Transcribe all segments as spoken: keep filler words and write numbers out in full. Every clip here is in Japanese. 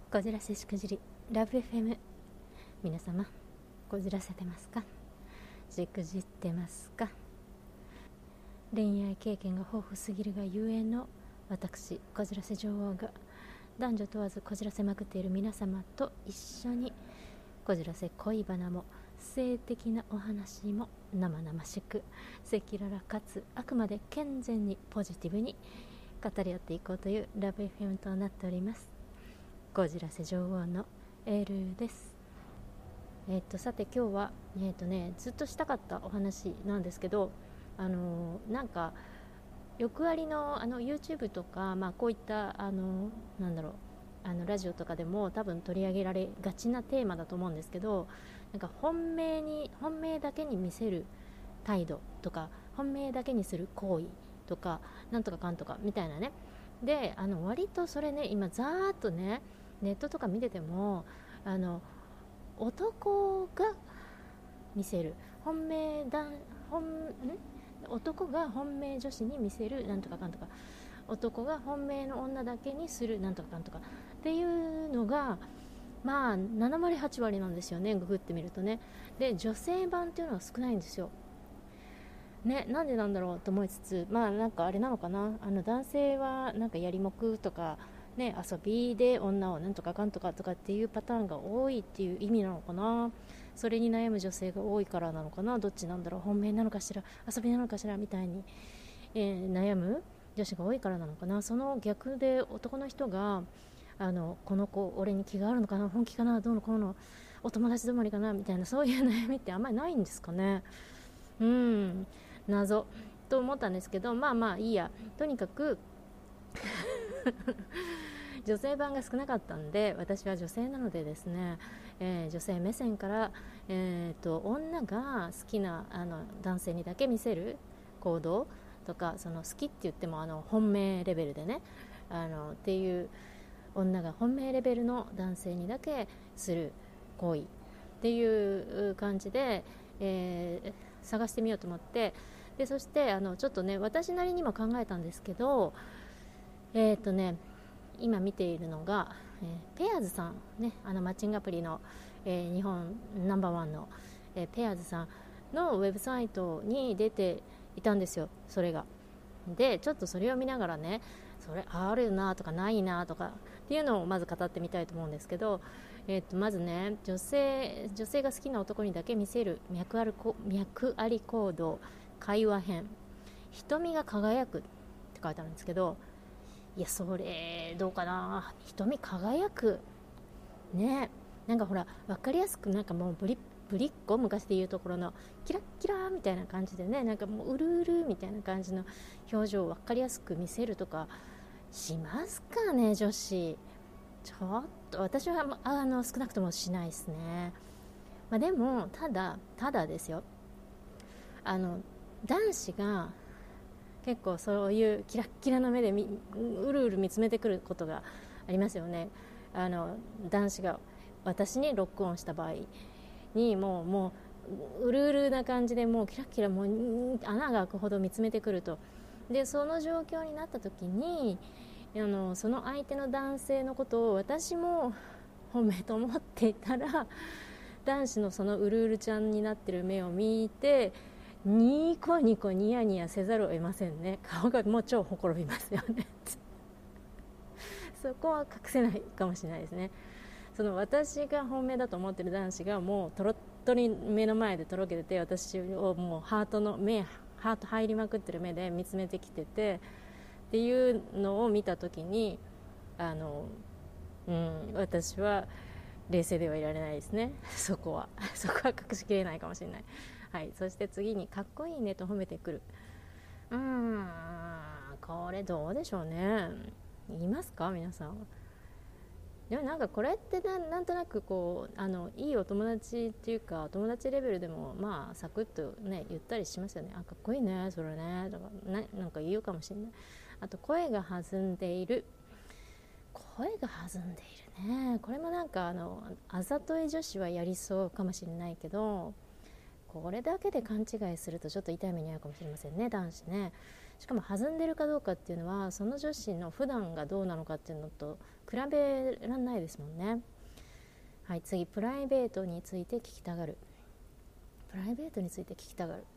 こじらせしくじりラブ エフエム、 皆様こじらせてますか？しくじってますか？恋愛経験が豊富すぎるがゆえの私こじらせ女王が男女問わずこじらせまくっている皆様と一緒にこじらせ恋バナも性的なお話も生々しく赤裸々かつあくまで健全にポジティブに語り合っていこうというラブ エフエム となっております。こじらせ女王のエールです。えっとさて今日は、えっとね、ずっとしたかったお話なんですけど、あのなんか欲ありのあの YouTube とか、まあ、こういったあのなんだろうあのラジオとかでも多分取り上げられがちなテーマだと思うんですけど、なんか本命に本命だけに見せる態度とか本命だけにする行為とかなんとかかんとかみたいなね。であの割とそれね、今ざーっとねネットとか見ててもあの男が見せる本命だ本ん男が本命女子に見せるなんとかかんとか、男が本命の女だけにするなんとかかんとかっていうのがまあななわりはちわりなんですよね、ググってみるとね。で女性版っていうのは少ないんですよね。なんでなんだろうと思いつつ、まあなんかあれなのかな、あの男性はなんかやりもくとかね、遊びで女をなんとかかんとかとかっていうパターンが多いっていう意味なのかな。それに悩む女性が多いからなのかな。どっちなんだろう、本命なのかしら遊びなのかしらみたいに、えー、悩む女子が多いからなのかな。その逆で男の人があのこの子俺に気があるのかな、本気かな、どうのこうのお友達止まりかなみたいな、そういう悩みってあんまりないんですかね。うん謎と思ったんですけど、まあまあいいや。とにかく女性版が少なかったんで、私は女性なのでですね、えー、女性目線から、えー、と女が好きなあの男性にだけ見せる行動とか、その好きって言ってもあの本命レベルでね、あのっていう女が本命レベルの男性にだけする行為っていう感じで、えー、探してみようと思って、でそしてあのちょっとね私なりにも考えたんですけど、えっ、ー、とね今見ているのが、えー、ペアーズさんね、あのマッチングアプリの、えー、日本ナンバーワンの、えー、ペアーズさんのウェブサイトに出ていたんですよ、それが。でちょっとそれを見ながらね、それあるなとかないなとかっていうのをまず語ってみたいと思うんですけど、えー、とまずね、女性女性が好きな男にだけ見せる脈あるこ脈あり行動会話編、瞳が輝くって書いてあるんですけど、いやそれどうかな。瞳輝くね、なんかほら分かりやすく、なんかもうブリブリッコ昔でいうところのキラッキラみたいな感じでね、なんかもううるうるみたいな感じの表情を分かりやすく見せるとかしますかね、女子。ちょっと私はあの少なくともしないですね。まあ、でもただただですよ、あの男子が結構そういうキラッキラの目でみうるうる見つめてくることがありますよね。あの男子が私にロックオンした場合にもうもううるうるな感じで、もうキラッキラもう穴が開くほど見つめてくると。でその状況になった時に、あのその相手の男性のことを私も本命と思っていたら、男子のそのうるうるちゃんになってる目を見てニコニコニヤニヤせざるを得ませんね。顔がもう超ほころびますよねそこは隠せないかもしれないですね。その私が本命だと思ってる男子がもうとろっとり目の前でとろけてて、私をもうハートの目ハート入りまくってる目で見つめてきててっていうのを見た時に、あの、うん、私は冷静ではいられないですね。そこはそこは隠しきれないかもしれない。はい、そして次にかっこいいねと褒めてくる。うーん、これどうでしょうね。言いますか皆さん。でもなんかこれってな ん, なんとなくこうあのいいお友達っていうか友達レベルでもまあサクッとね言ったりしますよね。あ、かっこいいねそれねとかね、なんか言うかもしれない。あと声が弾んでいる、声が弾んでいるね。これもなんかあのあざとい女子はやりそうかもしれないけど、これだけで勘違いするとちょっと痛い目に遭うかもしれませんね、男子ね。 しかも弾んでるかどうかっていうのはその女子の普段がどうなのかっていうのと比べらんないですもんね。はい、次、プライベートについて聞きたがる。プライベートについて聞きたがる。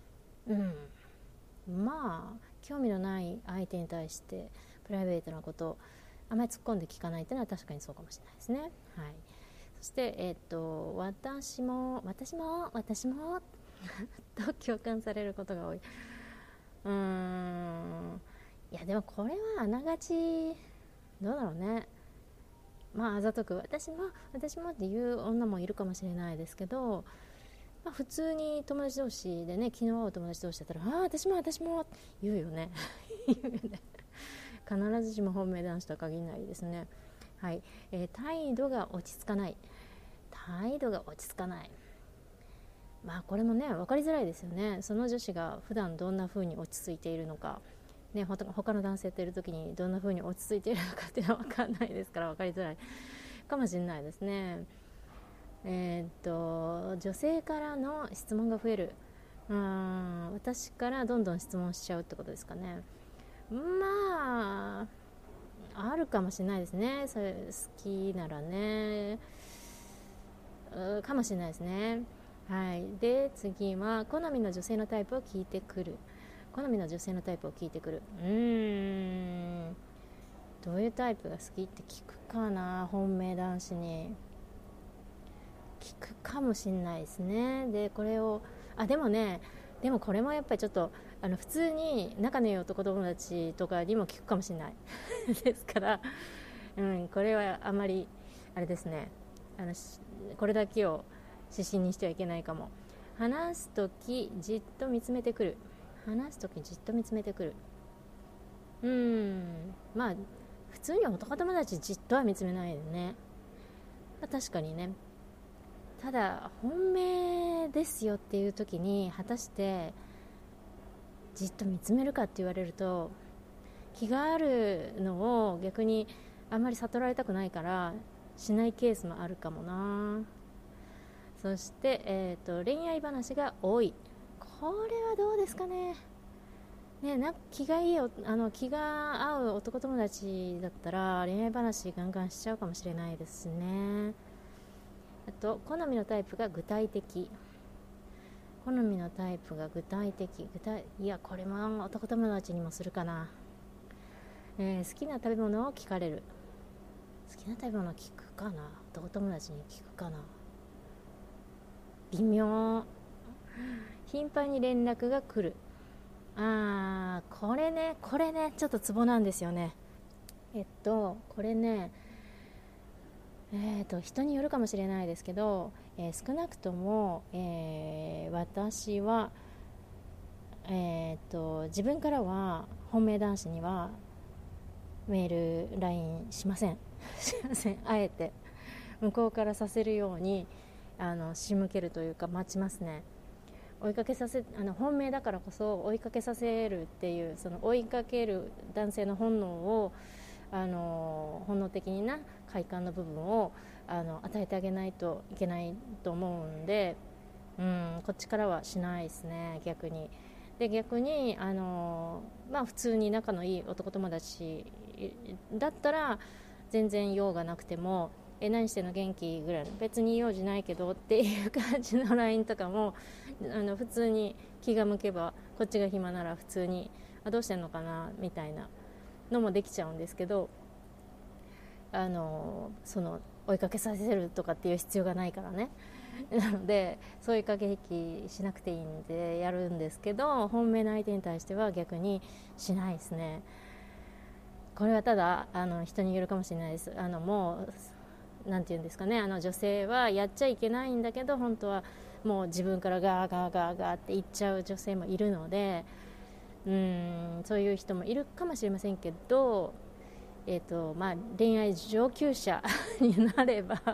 うんまあ興味のない相手に対してプライベートなことをあまり突っ込んで聞かないっていうのは確かにそうかもしれないですね。はい、そしてえっと私も私も私もと共感されることが多い。うーんいやでもこれはあながちどうだろうね。まああざとく私も私もっていう女もいるかもしれないですけど、まあ、普通に友達同士でね、昨日会う友達同士だったらああ私も私も言うよね言うよね必ずしも本命男子とは限らないですね。はい、えー、態度が落ち着かない。態度が落ち着かない。まあこれもね分かりづらいですよね。その女子が普段どんな風に落ち着いているのか、ね、他の男性といる時にどんな風に落ち着いているのかっていうのは分かんないですから分かりづらいかもしれないですね。えー、っと女性からの質問が増える。うーん私からどんどん質問しちゃうってことですかね。まああるかもしれないですね。それ好きならねかもしれないですね。はい、で次は好みの女性のタイプを聞いてくる。好みの女性のタイプを聞いてくる。うーんどういうタイプが好きって聞くかな。本命男子に聞くかもしれないですね。でこれをあでもねでもこれもやっぱりちょっとあの普通に仲のいい男友達とかにも聞くかもしれないですから、うん、これはあまりあれですね。あのこれだけを指針にしてはいけないかも。話すときじっと見つめてくる。話すときじっと見つめてくる。うーんまあ普通に男友達じっとは見つめないよね。まあ、確かにね。ただ本命ですよっていう時に果たしてじっと見つめるかって言われると気があるのを逆にあんまり悟られたくないからしないケースもあるかもな。そして、えーと、恋愛話が多い。これはどうですかね。ねなんか気がいいあの気が合う男友達だったら恋愛話ガンガンしちゃうかもしれないですね。あと好みのタイプが具体的。好みのタイプが具体的具体いやこれも男友達にもするかな。えー、好きな食べ物を聞かれる。好きな食べ物を聞くかな。男友達に聞くかな。微妙。頻繁に連絡が来る。あーこれねこれねちょっとツボなんですよね。えっとこれねえーと人によるかもしれないですけど、えー、少なくとも、えー、私は、えーと自分からは本命男子にはメール ライン しませんしません。あえて向こうからさせるようにあの仕向けるというか待ちますね。追いかけさせあの本命だからこそ追いかけさせるっていうその追いかける男性の本能をあの本能的にな快感の部分をあの与えてあげないといけないと思うんで、うん、こっちからはしないですね。逆にで逆にあの、まあ、普通に仲のいい男友達だったら全然用がなくてもえ何してんの元気ぐらいの別に用事ないけどっていう感じの ライン とかもあの普通に気が向けばこっちが暇なら普通にあどうしてんのかなみたいなのもできちゃうんですけど、あのその追いかけさせるとかっていう必要がないからね。なのでそういう駆け引きしなくていいんでやるんですけど、本命の相手に対しては逆にしないですね。これはただあの人によるかもしれないです。あのもうなんていうんですかね、あの女性はやっちゃいけないんだけど本当はもう自分からガーガーガーガーって言っちゃう女性もいるので、うーんそういう人もいるかもしれませんけど、えーとまあ、恋愛上級者になれば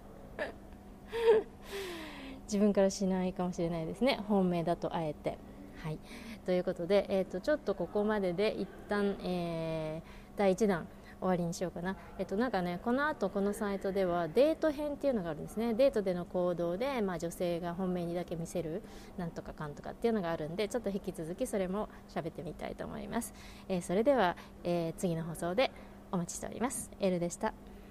自分からしないかもしれないですね、本命だとあえて。はい、ということで、えーと、ちょっとここまでで一旦、えー、だいいちだん終わりにしようかな。えっとなんかね、この後このサイトではデート編っていうのがあるんですね。デートでの行動で、まあ、女性が本命にだけ見せるなんとかかんとかっていうのがあるんで、ちょっと引き続きそれも喋ってみたいと思います。えー、それでは、えー、次の放送でお待ちしております。エルでした。